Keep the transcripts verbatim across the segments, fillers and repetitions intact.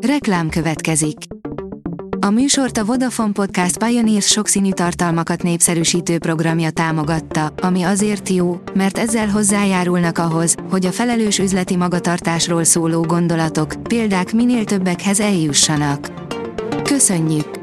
Reklám következik. A műsort a Vodafone Podcast Pioneers sokszínű tartalmakat népszerűsítő programja támogatta, ami azért jó, mert ezzel hozzájárulnak ahhoz, hogy a felelős üzleti magatartásról szóló gondolatok, példák minél többekhez eljussanak. Köszönjük!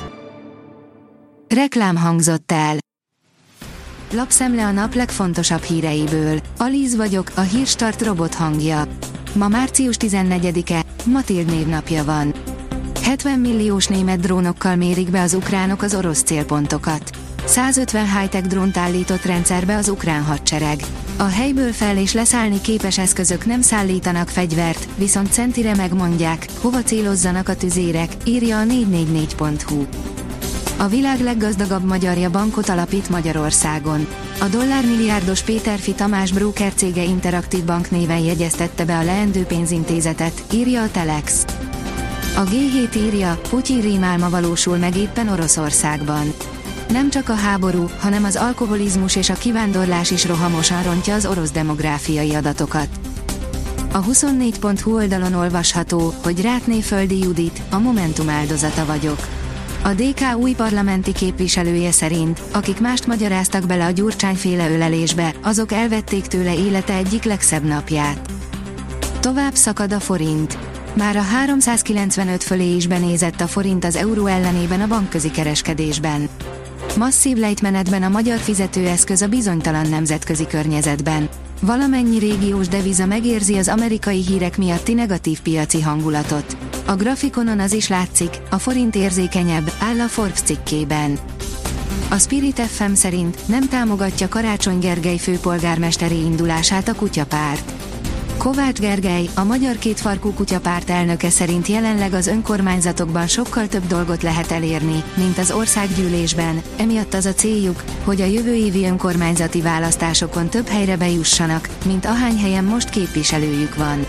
Reklám hangzott el. Lapszemle a nap legfontosabb híreiből. Alíz vagyok, a Hírstart robot hangja. Ma március tizennegyedike, Matild névnapja van. hetven milliós német drónokkal mérik be az ukránok az orosz célpontokat. százötven high-tech drónt állított rendszerbe az ukrán hadsereg. A helyből fel- és leszállni képes eszközök nem szállítanak fegyvert, viszont centire megmondják, hova célozzanak a tüzérek, írja a négy négy négy pont hu. A világ leggazdagabb magyarja bankot alapít Magyarországon. A dollármilliárdos Péterfi Tamás bróker cége Interaktív Bank néven jegyeztette be a leendő pénzintézetet, írja a Telex. A gé hét írja, Putyin rémálma valósul meg éppen Oroszországban. Nem csak a háború, hanem az alkoholizmus és a kivándorlás is rohamosan rontja az orosz demográfiai adatokat. A huszonnégy pont hu oldalon olvasható, hogy Rátné Földi Judit, a Momentum áldozata vagyok. A dé ká új parlamenti képviselője szerint, akik mást magyaráztak bele a Gyurcsány-féle ölelésbe, azok elvették tőle élete egyik legszebb napját. Tovább szakad a forint. Már a háromszázkilencvenöt fölé is benézett a forint az euró ellenében a bankközi kereskedésben. Masszív lejtmenetben a magyar fizetőeszköz a bizonytalan nemzetközi környezetben. Valamennyi régiós deviza megérzi az amerikai hírek miatti negatív piaci hangulatot. A grafikonon az is látszik, a forint érzékenyebb, áll a Forbes cikkében. A Spirit ef em szerint nem támogatja Karácsony Gergely főpolgármesteri indulását a kutyapárt. Kovács Gergely, a Magyar Kétfarkú Kutyapárt elnöke szerint jelenleg az önkormányzatokban sokkal több dolgot lehet elérni, mint az országgyűlésben, emiatt az a céljuk, hogy a jövő évi önkormányzati választásokon több helyre bejussanak, mint ahány helyen most képviselőjük van.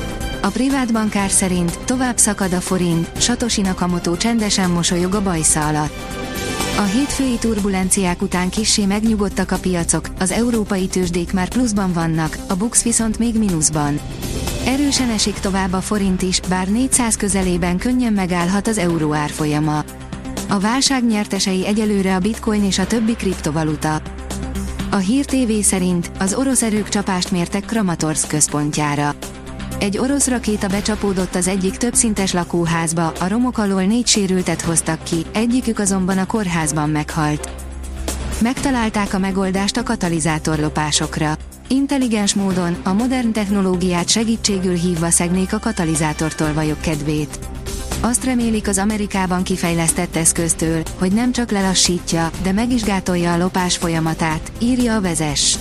A privát bankár szerint tovább szakad a forint, Satoshi Nakamoto csendesen mosolyog a bajsza alatt. A hétfői turbulenciák után kissé megnyugodtak a piacok, az európai tőzsdék már pluszban vannak, a BUX viszont még mínuszban. Erősen esik tovább a forint is, bár négyszáz közelében könnyen megállhat az euró árfolyama. A válság nyertesei egyelőre a bitcoin és a többi kriptovaluta. A Hír té vé szerint az orosz erők csapást mértek Kramatorszk központjára. Egy orosz rakéta becsapódott az egyik többszintes lakóházba, a romok alól négy sérültet hoztak ki, egyikük azonban a kórházban meghalt. Megtalálták a megoldást a katalizátorlopásokra. Intelligens módon, a modern technológiát segítségül hívva szegnék a katalizátortolvajok kedvét. Azt remélik az Amerikában kifejlesztett eszköztől, hogy nem csak lelassítja, de meg is gátolja a lopás folyamatát, írja a Vezess.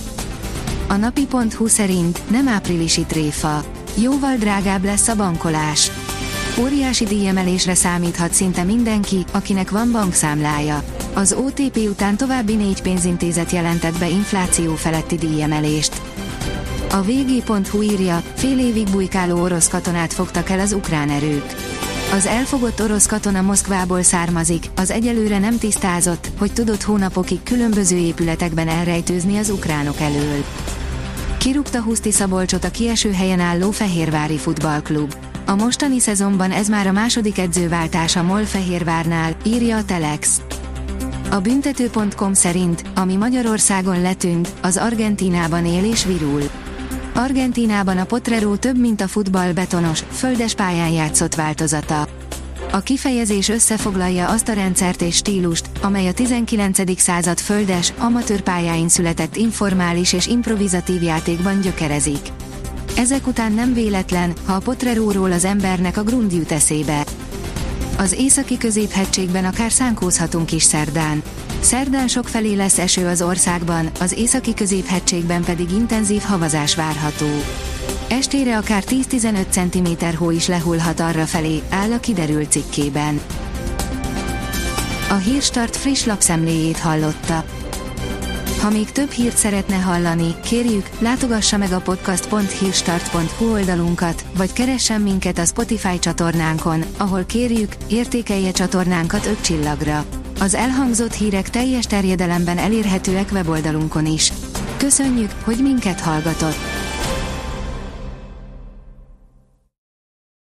A napi pont hu szerint nem áprilisi tréfa. Jóval drágább lesz a bankolás. Óriási díjemelésre számíthat szinte mindenki, akinek van bankszámlája. Az o té pé után további négy pénzintézet jelentett be infláció feletti díjemelést. A vé gé pont hu írja, fél évig bujkáló orosz katonát fogtak el az ukrán erők. Az elfogott orosz katona Moszkvából származik, az egyelőre nem tisztázott, hogy tudott hónapokig különböző épületekben elrejtőzni az ukránok elől. Kirúgta Huszti Szabolcsot a kieső helyen álló Fehérvári futballklub. A mostani szezonban ez már a második edzőváltás a MOL Fehérvárnál, írja a Telex. A büntető pont com szerint, ami Magyarországon letűnt, az Argentínában él és virul. Argentínában a Potrero több mint a futball betonos, földes pályán játszott változata. A kifejezés összefoglalja azt a rendszert és stílust, amely a tizenkilencedik század földes, amatőr pályáin született informális és improvizatív játékban gyökerezik. Ezek után nem véletlen, ha a Potreróról az embernek a grund jut eszébe. Az északi középhegységben akár szánkózhatunk is szerdán. Szerdán sokfelé lesz eső az országban, az északi középhegységben pedig intenzív havazás várható. Estére akár tíz-tizenöt centiméter hó is lehullhat arrafelé, áll a Kiderült cikkében. A Hírstart friss lapszemléjét hallotta. Ha még több hírt szeretne hallani, kérjük, látogassa meg a podcast pont hírstart pont hu oldalunkat, vagy keressen minket a Spotify csatornánkon, ahol kérjük, értékelje csatornánkat öt csillagra. Az elhangzott hírek teljes terjedelemben elérhetőek weboldalunkon is. Köszönjük, hogy minket hallgatott!